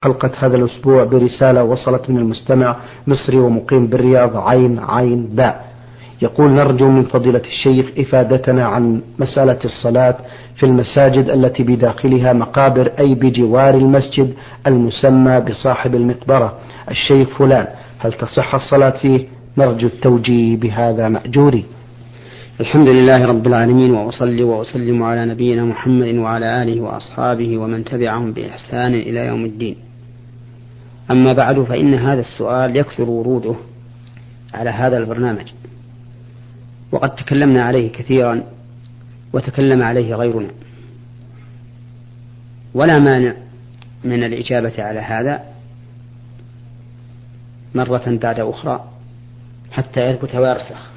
حلقة هذا الأسبوع برسالة وصلت من المستمع مصري ومقيم بالرياض عين باء، يقول: نرجو من فضيلة الشيخ إفادتنا عن مسألة الصلاة في المساجد التي بداخلها مقابر، أي بجوار المسجد المسمى بصاحب المقبرة الشيخ فلان، هل تصح الصلاة فيه؟ نرجو التوجيه بهذا مأجوري. الحمد لله رب العالمين، وأصلي وأسلم على نبينا محمد وعلى آله وأصحابه ومن تبعهم بإحسان إلى يوم الدين. أما بعد، فإن هذا السؤال يكثر وروده على هذا البرنامج، وقد تكلمنا عليه كثيرا وتكلم عليه غيرنا، ولا مانع من الإجابة على هذا مرة بعد أخرى حتى يثبت ويرسخ.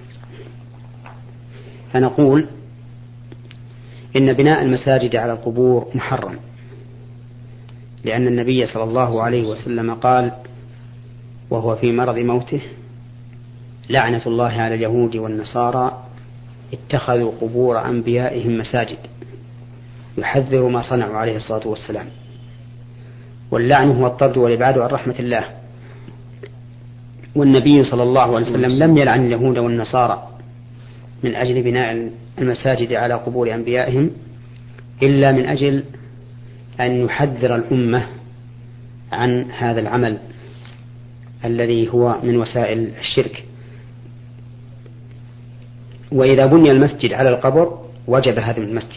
فنقول إن بناء المساجد على القبور محرم، لأن النبي صلى الله عليه وسلم قال وهو في مرض موته: لعنة الله على اليهود والنصارى اتخذوا قبور أنبيائهم مساجد، يحذر ما صنعوا عليه الصلاة والسلام. واللعن هو الطرد والإبعاد عن رحمة الله، والنبي صلى الله عليه وسلم لم يلعن اليهود والنصارى من أجل بناء المساجد على قبور أنبيائهم، إلا من أجل أن يحذر الأمة عن هذا العمل الذي هو من وسائل الشرك. وإذا بني المسجد على القبر وجب هدم المسجد،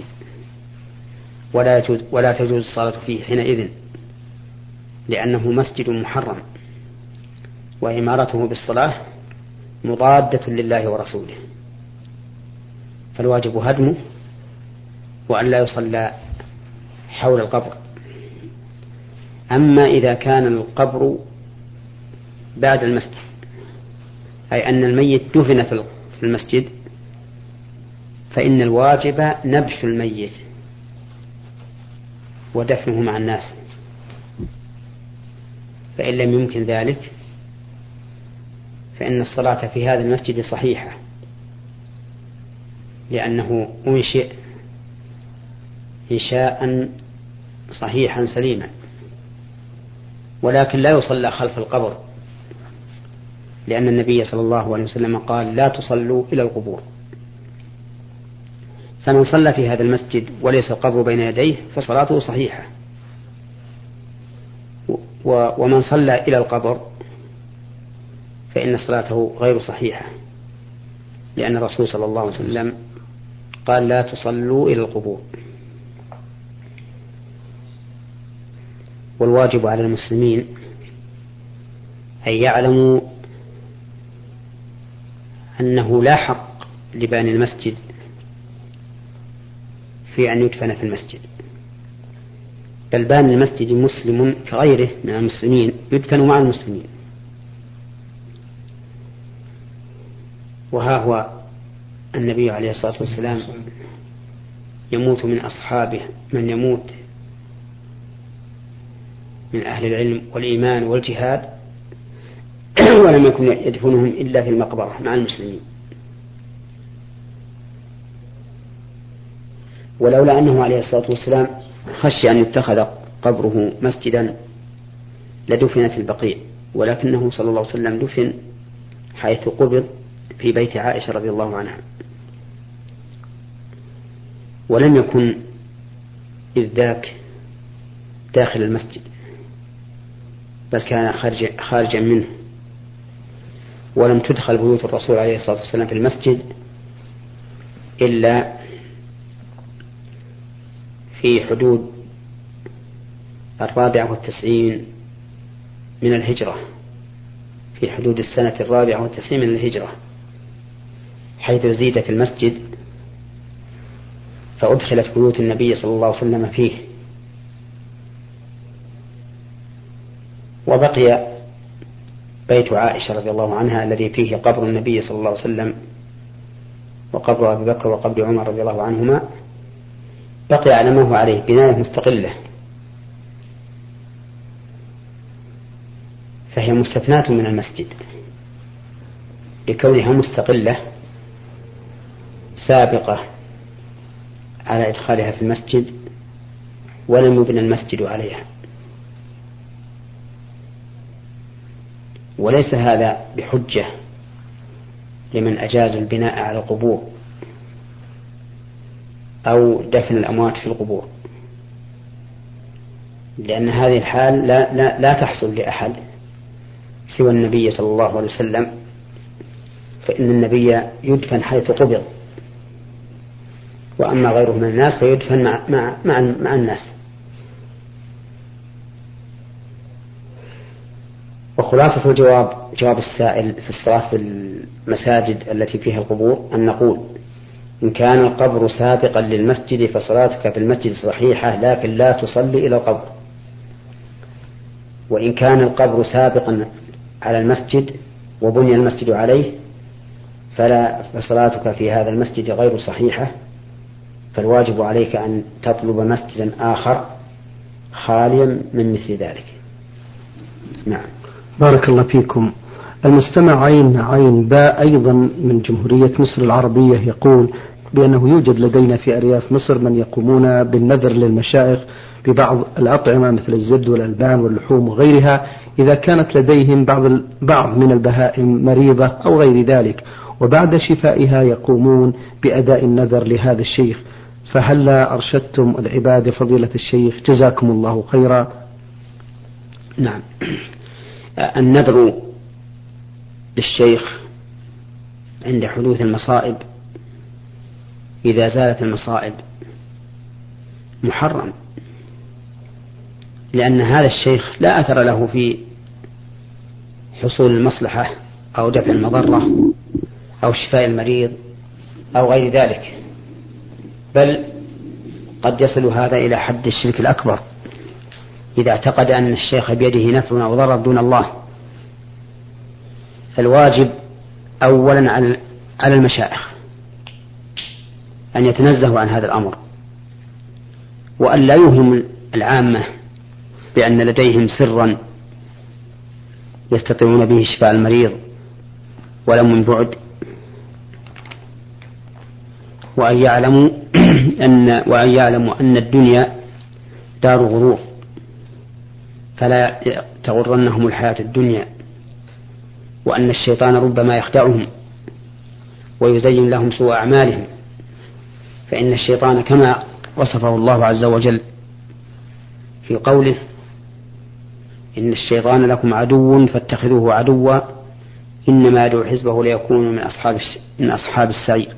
ولا تجوز الصلاة فيه حينئذ، لأنه مسجد محرم، وعمارته بالصلاة مضادة لله ورسوله، فالواجب هدمه وأن لا يصلى حول القبر. أما إذا كان القبر بعد المسجد، أي أن الميت دفن في المسجد، فإن الواجب نبش الميت ودفنه مع الناس، فإن لم يمكن ذلك فإن الصلاة في هذا المسجد صحيحة، لأنه أنشئ إنشاء صحيحا سليما. ولكن لا يصلى خلف القبر، لأن النبي صلى الله عليه وسلم قال: لا تصلوا إلى القبور. فمن صلى في هذا المسجد وليس القبر بين يديه فصلاته صحيحة، ومن صلى إلى القبر فإن صلاته غير صحيحة، لأن الرسول صلى الله عليه وسلم قال: لا تصلوا إلى القبور. والواجب على المسلمين أن يعلموا أنه لا حق لباني المسجد في أن يدفن في المسجد، بل باني المسجد مسلم كغيره من المسلمين يدفن مع المسلمين. وها هو النبي عليه الصلاة والسلام يموت من أصحابه من يموت من أهل العلم والإيمان والجهاد، ولم يكن يدفنهم إلا في المقبرة مع المسلمين. ولولا أنه عليه الصلاة والسلام خشي أن يتخذ قبره مسجدا لدفن في البقيع، ولكنه صلى الله عليه وسلم دفن حيث قبض في بيت عائشة رضي الله عنها، ولم يكن إذ ذاك داخل المسجد، بل كان خارجا منه. ولم تدخل بيوت الرسول عليه الصلاة والسلام في المسجد إلا في حدود 94 من الهجرة، في حدود السنة 94 من الهجرة، حيث زيد في المسجد فأدخلت بيوت النبي صلى الله عليه وسلم فيه. وبقي بيت عائشة رضي الله عنها الذي فيه قبر النبي صلى الله عليه وسلم وقبر أبي بكر وقبر عمر رضي الله عنهما، بقي على ما هو عليه بناية مستقلة، فهي مستثناة من المسجد لكونها مستقلة سابقة على إدخالها في المسجد، ولم يبنى المسجد عليها. وليس هذا بحجة لمن أجاز البناء على القبور أو دفن الأموات في القبور، لأن هذه الحال لا تحصل لأحد سوى النبي صلى الله عليه وسلم، فإن النبي يدفن حيث قبض، وأما غيره من الناس فيدفن مع الناس. وخلاصة جواب السائل في الصلاة في المساجد التي فيها القبور أن نقول: إن كان القبر سابقا للمسجد فصلاتك في المسجد صحيحة، لكن لا تصلي إلى القبر. وإن كان القبر سابقا على المسجد وبني المسجد عليه فصلاتك في هذا المسجد غير صحيحة، فالواجب عليك أن تطلب مسجدا آخر خاليا من مثل ذلك. نعم. بارك الله فيكم. المستمع عين باء أيضا من جمهورية مصر العربية يقول بأنه يوجد لدينا في أرياف مصر من يقومون بالنذر للمشايخ ببعض الأطعمة مثل الزبد والألبان واللحوم وغيرها إذا كانت لديهم بعض من البهائم مريضة أو غير ذلك، وبعد شفائها يقومون بأداء النذر لهذا الشيخ، فهل أرشدتم العباد فضيلة الشيخ جزاكم الله خيرا؟ نعم. النذر للشيخ عند حدوث المصائب إذا زالت المصائب محرم، لأن هذا الشيخ لا أثر له في حصول المصلحة أو دفع المضرة أو شفاء المريض أو غير ذلك، بل قد يصل هذا إلى حد الشرك الأكبر إذا اعتقد أن الشيخ بيده نفع أو ضرر دون الله. فالواجب أولا على المشايخ أن يتنزهوا عن هذا الأمر، وأن لا يوهم العامة بأن لديهم سرا يستطيعون به شفاء المريض ولو من بعد، وأن يعلموا أن الدنيا دار غرور، فلا تغرنهم الحياة الدنيا، وأن الشيطان ربما يخدعهم ويزين لهم سوء أعمالهم، فإن الشيطان كما وصفه الله عز وجل في قوله: إن الشيطان لكم عدو فاتخذوه عدوا إنما يدعو حزبه ليكونوا من أصحاب السعير.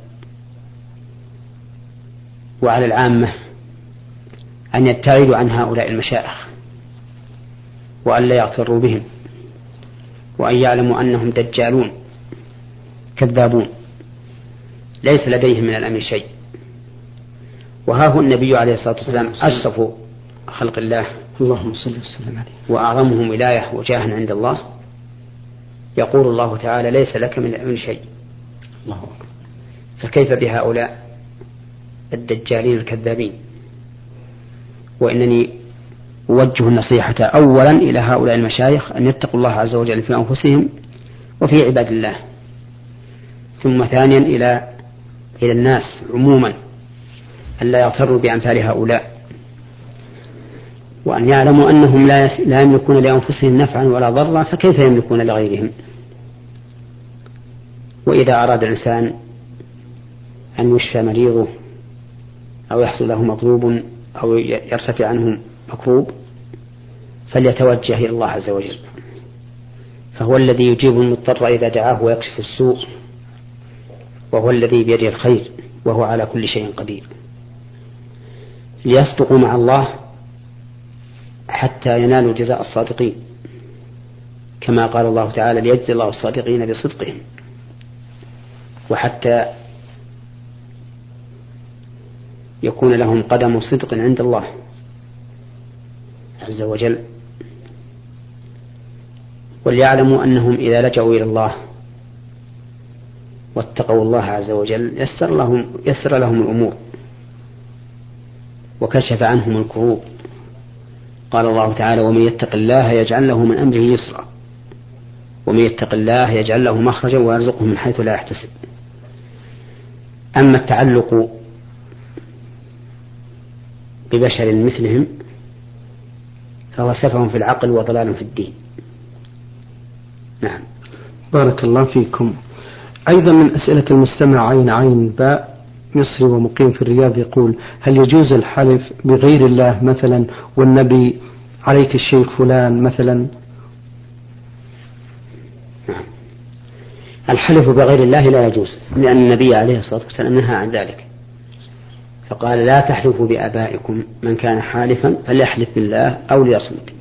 وعلى العامة أن يبتعدوا عن هؤلاء المشايخ وأن لا يغتروا بهم، وأن يعلموا أنهم دجالون كذابون ليس لديهم من الأمر شيء. وها هو النبي عليه الصلاة والسلام أشرف خلق الله، اللهم صل وسلم عليه، وأعظمهم ولاية وجاها عند الله، يقول الله تعالى: ليس لك من الأمر شيء. الله أكبر. فكيف بهؤلاء الدجالين الكذابين؟ وإنني أوجه النصيحة أولا إلى هؤلاء المشايخ أن يتقوا الله عز وجل في أنفسهم وفي عباد الله، ثم ثانيا إلى الناس عموما أن لا يغتروا بأمثال هؤلاء، وأن يعلموا أنهم لا يملكون لأنفسهم نفعا ولا ضرا، فكيف يملكون لغيرهم؟ وإذا أراد الإنسان أن يشفى مريضه أو يحصل له مطلوب أو يرتفع عنه مكروب فليتوجه إلى الله عز وجل، فهو الذي يجيب المضطر إذا دعاه ويكشف السوء، وهو الذي بيده الخير، وهو على كل شيء قدير. ليصدقوا مع الله حتى ينالوا جزاء الصادقين، كما قال الله تعالى: ليجزي الله الصادقين بصدقهم، وحتى يكون لهم قدم صدق عند الله عز وجل. وليعلموا أنهم إذا لجأوا إلى الله واتقوا الله عز وجل يسر لهم الأمور وكشف عنهم الكروب. قال الله تعالى: ومن يتق الله يجعل له من أمره يسرا، ومن يتق الله يجعل له مخرجا ويرزقه من حيث لا يحتسب. أما التعلق ببشر مثلهم فهو سفه في العقل وضلال في الدين، نعم. بارك الله فيكم. أيضا من أسئلة المستمع عين باء مصري ومقيم في الرياض يقول: هل يجوز الحلف بغير الله مثلا والنبي عليك الشيخ فلان مثلا؟ نعم. الحلف بغير الله لا يجوز، لأن النبي عليه الصلاة والسلام نهى عن ذلك، فقال: لا تحلفوا بآبائكم، من كان حالفا فليحلف بالله أو ليصمت.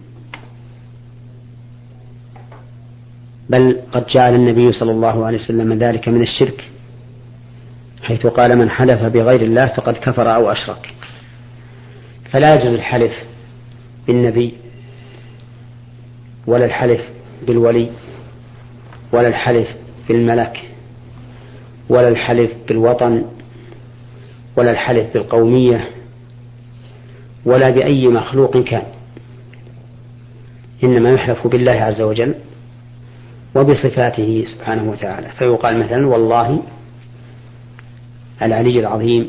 بل قد جعل النبي صلى الله عليه وسلم ذلك من الشرك، حيث قال: من حلف بغير الله فقد كفر أو أشرك. فلا يجوز الحلف بالنبي، ولا الحلف بالولي، ولا الحلف بالملك، ولا الحلف بالوطن، ولا الحلف بالقومية، ولا بأي مخلوق كان، إنما يحلف بالله عز وجل وبصفاته سبحانه وتعالى. فيقال مثلا: والله العلي العظيم،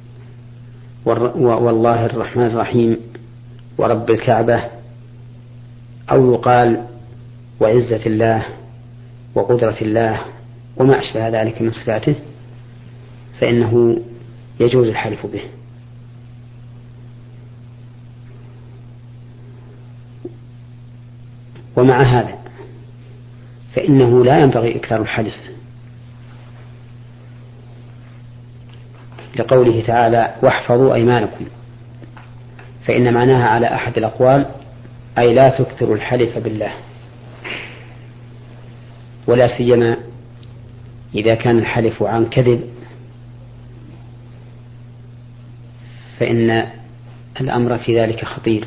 والله الرحمن الرحيم، ورب الكعبة، أو يقال: وعزة الله وقدرة الله وما أشبه ذلك من صفاته، فإنه يجوز الحلف به. ومع هذا فإنه لا ينبغي إكثار الحلف، لقوله تعالى: واحفظوا أيمانكم، فإن معناها على أحد الأقوال أي لا تكثروا الحلف بالله، ولا سيما إذا كان الحلف عن كذب، فإن الأمر في ذلك خطير،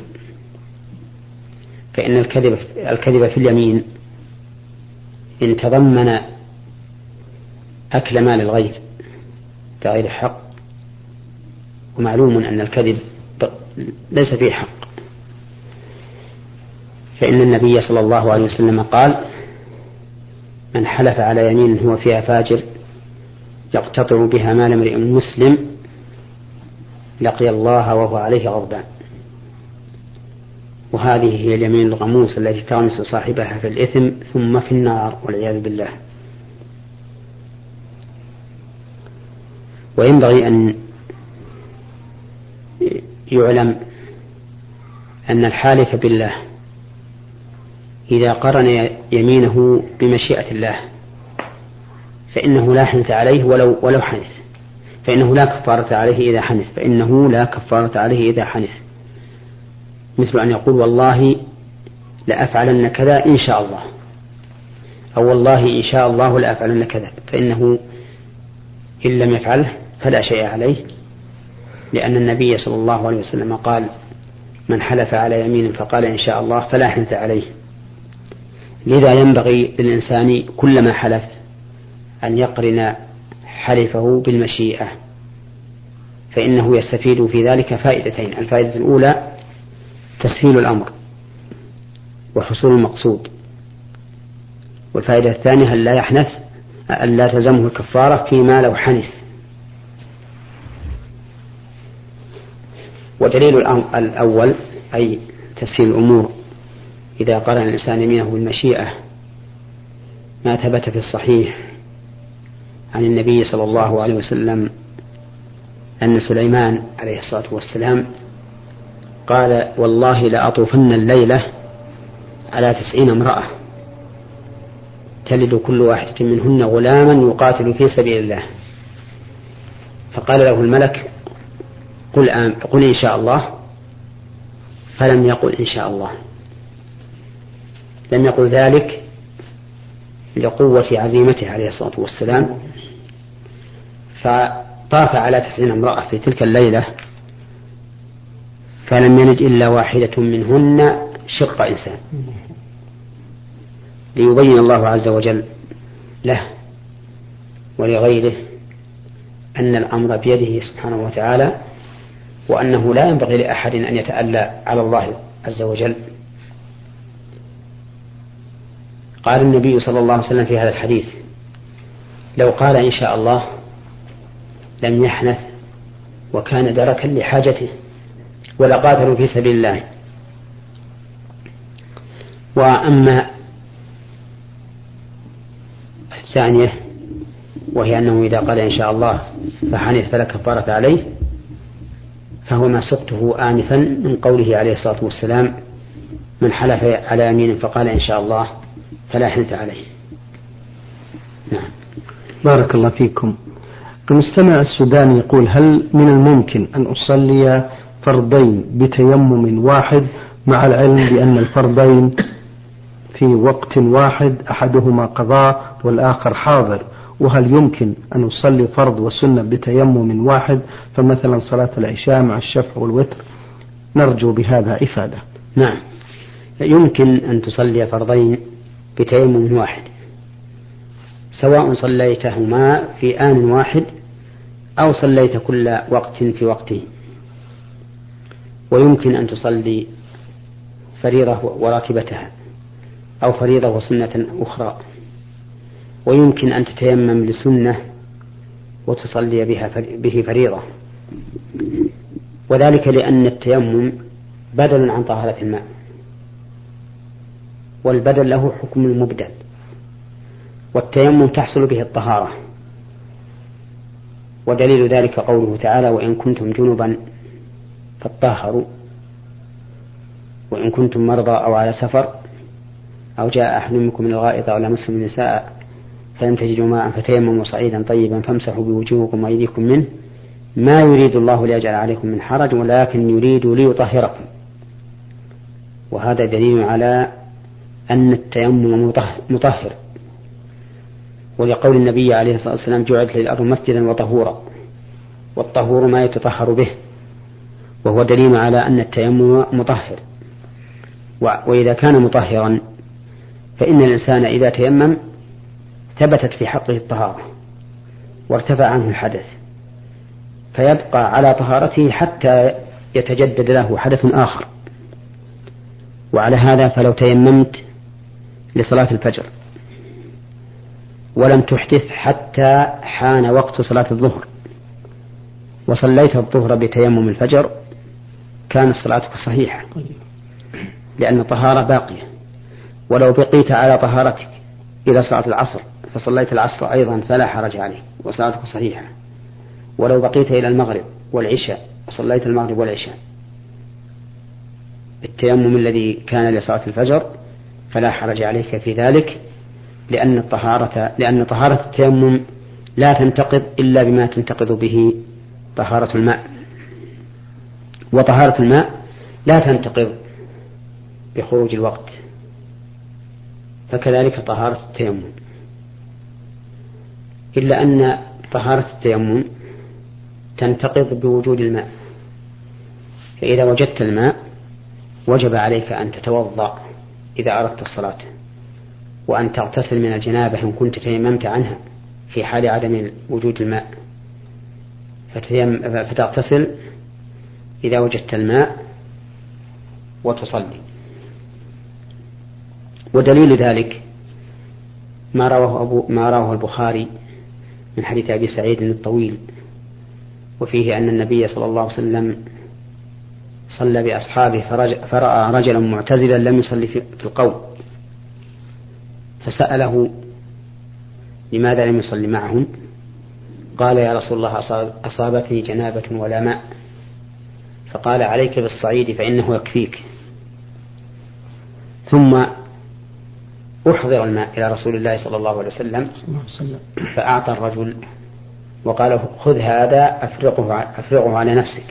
فإن الكذب في اليمين إن تضمن أكل مال الغير بغير حق، ومعلوم أن الكذب ليس فيه حق، فإن النبي صلى الله عليه وسلم قال: من حلف على يمين هو فيها فاجر يقتطع بها مال امرئ مسلم لقي الله وهو عليه غضبان. وهذه هي اليمين الغموس التي تغمس صاحبها في الإثم ثم في النار والعياذ بالله. وينبغي أن يعلم أن الحالف بالله إذا قرن يمينه بمشيئة الله فإنه لا حنث عليه ولو حنث، فإنه لا كفارة عليه إذا حنث، فإنه لا كفارة عليه إذا حنث. مثل أن يقول: والله لأفعلن كذا إن شاء الله، أو والله إن شاء الله لأفعلن كذا، فإنه إن لم يفعله فلا شيء عليه، لأن النبي صلى الله عليه وسلم قال: من حلف على يمين فقال إن شاء الله فلا حنث عليه. لذا ينبغي للإنسان كلما حلف أن يقرن حلفه بالمشيئة، فإنه يستفيد في ذلك فائدتين: الفائدة الأولى تسهيل الأمر وحصول المقصود، والفائدة الثانية أن لا يحنث، أن لا تلزمه الكفارة فيما لو حنث. ودليل الأول أي تسهيل الأمور إذا قرن الإنسان يمينه بالمشيئة ما ثبت في الصحيح عن النبي صلى الله عليه وسلم أن سليمان عليه الصلاة والسلام قال: والله لأطوفن الليلة على 90 امرأة تلد كل واحدة منهن غلاما يقاتل في سبيل الله. فقال له الملك: قل إن شاء الله، فلم يقل إن شاء الله، لم يقل ذلك لقوة عزيمته عليه الصلاة والسلام، فطاف على 90 امرأة في تلك الليلة فلم يلد إلا واحدة منهن شق إنسان، ليبين الله عز وجل له ولغيره أن الأمر بيده سبحانه وتعالى، وأنه لا ينبغي لأحد أن يتألى على الله عز وجل. قال النبي صلى الله عليه وسلم في هذا الحديث: لو قال إن شاء الله لم يحنث وكان دركا لحاجته ولقاتلوا في سبيل الله. وأما الثانية، وهي أنه إذا قال إن شاء الله فحنث فلا كفارة عليه، فهو ما سقته آنفا من قوله عليه الصلاة والسلام: من حلف على يمين فقال إن شاء الله فلا حنث عليه. نعم. بارك الله فيكم. المستمع السوداني يقول: هل من الممكن أن أصلي فرضين بتيمم واحد، مع العلم بأن الفرضين في وقت واحد أحدهما قضاء والآخر حاضر؟ وهل يمكن أن أصلي فرض وسنة بتيمم واحد، فمثلا صلاة العشاء مع الشفع والوتر؟ نرجو بهذا إفادة. نعم، يمكن أن تصلي فرضين بتيمم واحد، سواء صليتهما في آن واحد أو صليت كل وقت في وقته. ويمكن أن تصلي فريضة وراتبتها، أو فريضة وسنة أخرى. ويمكن أن تتيمم لسنة وتصلي به فريضة، وذلك لأن التيمم بدل عن طهارة الماء، والبدل له حكم المبدل، والتيمم تحصل به الطهارة. ودليل ذلك قوله تعالى: وإن كنتم جنبا فاطهروا، وإن كنتم مرضى أو على سفر أو جاء أحد منكم من الغائط أو لمستم النساء فلم تجدوا ماء فتيمموا صعيدا طيبا فامسحوا بوجوهكم وأيديكم منه ما يريد الله ليجعل عليكم من حرج ولكن يريد ليطهركم. وهذا دليل على أن التيمم مطهر، ولقول النبي عليه الصلاة والسلام: جعلت للأرض مسجدا وطهورا، والطهور ما يتطهر به، وهو دليل على أن التيمم مطهر. وإذا كان مطهرا فإن الإنسان إذا تيمم ثبتت في حقه الطهارة وارتفع عنه الحدث، فيبقى على طهارته حتى يتجدد له حدث آخر. وعلى هذا فلو تيممت لصلاة الفجر ولم تحدث حتى حان وقت صلاة الظهر وصليت الظهر بتيمم الفجر، كانت صلاتك صحيحة لأن الطهارة باقية. ولو بقيت على طهارتك إلى صلاة العصر فصليت العصر أيضا فلا حرج عليك وصلاتك صحيحة. ولو بقيت إلى المغرب والعشاء وصليت المغرب والعشاء بالتيمم الذي كان لصلاة الفجر فلا حرج عليك في ذلك، لأن طهارة التيمم لا تنتقض إلا بما تنتقض به طهارة الماء، وطهارة الماء لا تنتقض بخروج الوقت، فكذلك طهارة التيمم، إلا أن طهارة التيمم تنتقض بوجود الماء. فإذا وجدت الماء وجب عليك أن تتوضأ إذا أردت الصلاة، وأن تغتسل من الجنابة إن كنت تيممت عنها في حال عدم وجود الماء، فتغتسل إذا وجدت الماء وتصلي. ودليل ذلك ما رواه البخاري من حديث أبي سعيد الطويل، وفيه أن النبي صلى الله عليه وسلم صلى بأصحابه فرأى رجلا معتزلا لم يصلي في القوم، فسأله لماذا لم يصلي معهم؟ قال: يا رسول الله أصابتني جنابة ولا ماء. فقال: عليك بالصعيد فإنه يكفيك. ثم أحضر الماء إلى رسول الله صلى الله عليه وسلم فأعطى الرجل وقال: خذ هذا أفرغه على نفسك.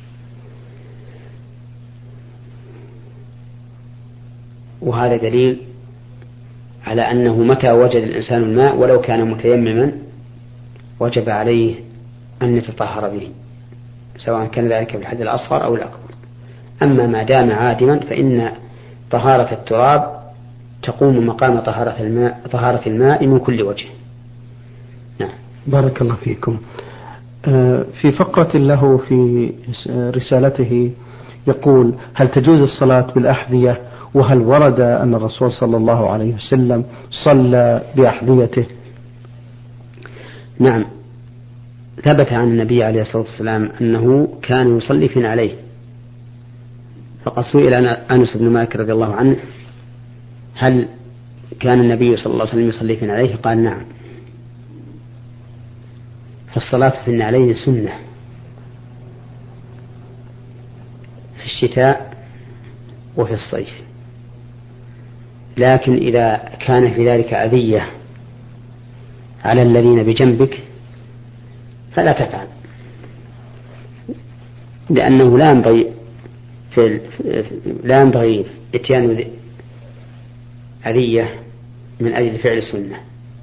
وهذا دليل على أنه متى وجد الإنسان الماء ولو كان متيمما وجب عليه أن يتطهر به، سواء كان ذلك بالحدث الأصغر أو الأكبر. أما ما دام عادما فإن طهارة التراب تقوم مقام طهارة الماء من كل وجه. نعم. بارك الله فيكم. في فقرة له في رسالته يقول: هل تجوز الصلاة بالأحذية؟ وهل ورد أن الرسول صلى الله عليه وسلم صلى بأحذيته؟ نعم، ثبت عن النبي عليه الصلاة والسلام أنه كان يصلي في نعليه. فقد سئل أنس بن مالك رضي الله عنه: هل كان النبي صلى الله عليه وسلم يصلي في نعليه؟ قال: نعم. فالصلاة في النعلين سنة في الشتاء وفي الصيف، لكن إذا كان في ذلك أذية على الذين بجنبك فلا تفعل، لأنه لا ينبغي اتيان أذية من أجل فعل السنة.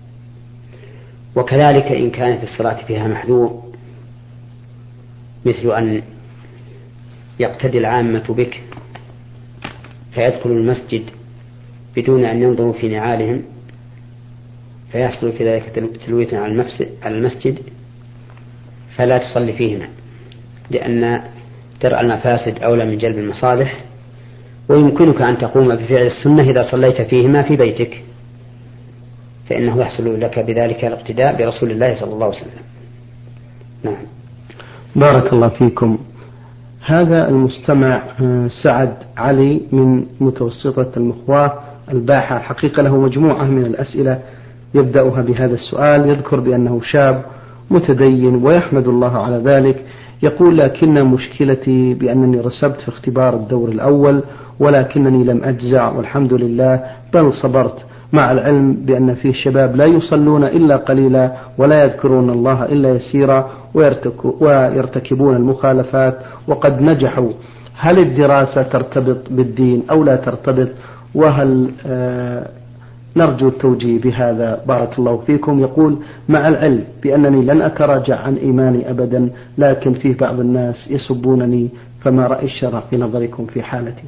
وكذلك إن كانت الصلاة فيها محذور، مثل أن يقتدي العامة بك فيدخل المسجد بدون أن ينظروا في نعالهم فيحصل في ذلك تلويث على المسجد، فلا تصلي فيهما، لأن درء المفاسد أولى من جلب المصالح. ويمكنك أن تقوم بفعل السنة إذا صليت فيهما في بيتك، فإنه يحصل لك بذلك الاقتداء برسول الله صلى الله عليه وسلم. نعم. بارك الله فيكم. هذا المستمع سعد علي من متوسطة المخواة الباحة، حقيقة له مجموعة من الأسئلة يبدأها بهذا السؤال. يذكر بأنه شاب متدين ويحمد الله على ذلك. يقول: لكن مشكلتي بأنني رسبت في اختبار الدور الأول ولكنني لم أجزع والحمد لله، بل صبرت، مع العلم بأن فيه شباب لا يصلون إلا قليلا ولا يذكرون الله إلا يسيرا ويرتكبون المخالفات وقد نجحوا. هل الدراسة ترتبط بالدين أو لا ترتبط؟ وهل نرجو التوجيه بهذا؟ بارك الله فيكم. يقول: مع العلم بأنني لن أتراجع عن إيماني أبدا، لكن فيه بعض الناس يسبونني، فما رأي الشرع في نظركم في حالتي؟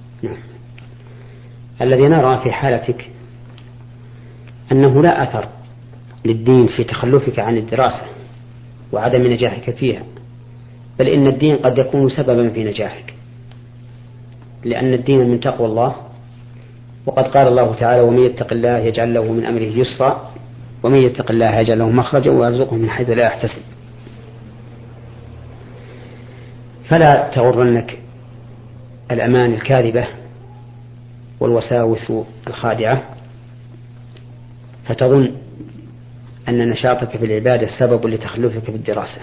الذي نرى في حالتك أنه لا أثر للدين في تخلفك عن الدراسة وعدم نجاحك فيها، بل إن الدين قد يكون سببا في نجاحك، لأن الدين من تقوى الله، وقد قال الله تعالى: ومن يتق الله يجعل له من أمره يسرا ومن يتق الله يجعل له مخرجا ويرزقه من حيث لا يحتسب. فلا تغرنك الأمان الكاذبة والوساوس الخادعة فتظن أن نشاطك في العبادة سبب لتخلفك في الدراسة،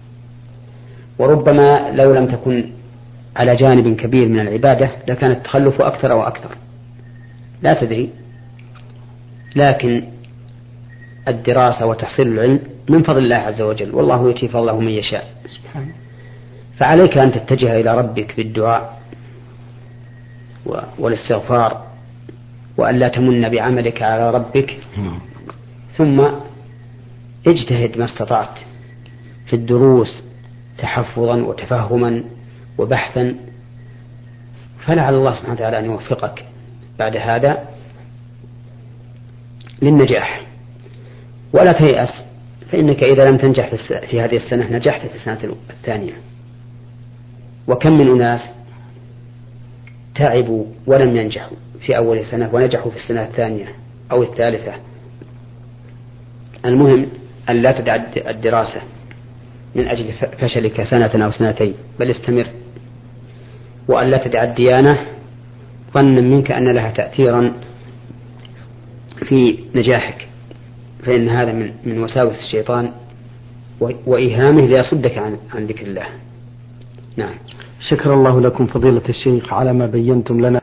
وربما لو لم تكن على جانب كبير من العبادة لكان التخلف أكثر وأكثر، لا تدري. لكن الدراسة وتحصيل العلم من فضل الله عز وجل، والله يؤتي فضله من يشاء سبحانه. فعليك أن تتجه إلى ربك بالدعاء والاستغفار، وأن لا تمن بعملك على ربك، ثم اجتهد ما استطعت في الدروس تحفظا وتفهما وبحثا، فلعل الله سبحانه وتعالى أن يوفقك بعد هذا للنجاح. ولا تيأس، فإنك إذا لم تنجح في هذه السنة نجحت في السنة الثانية. وكم من أناس تعبوا ولم ينجحوا في أول سنة ونجحوا في السنة الثانية أو الثالثة. المهم أن لا تدع الدراسة من أجل فشلك سنة أو سنتين، بل استمر، وأن لا تدع الديانة ظنا منك أن لها تأثيرا في نجاحك، فإن هذا من وساوس الشيطان وإيهامه ليصدك عن ذكر الله. نعم. شكر الله لكم فضيلة الشيخ على ما بينتم لنا.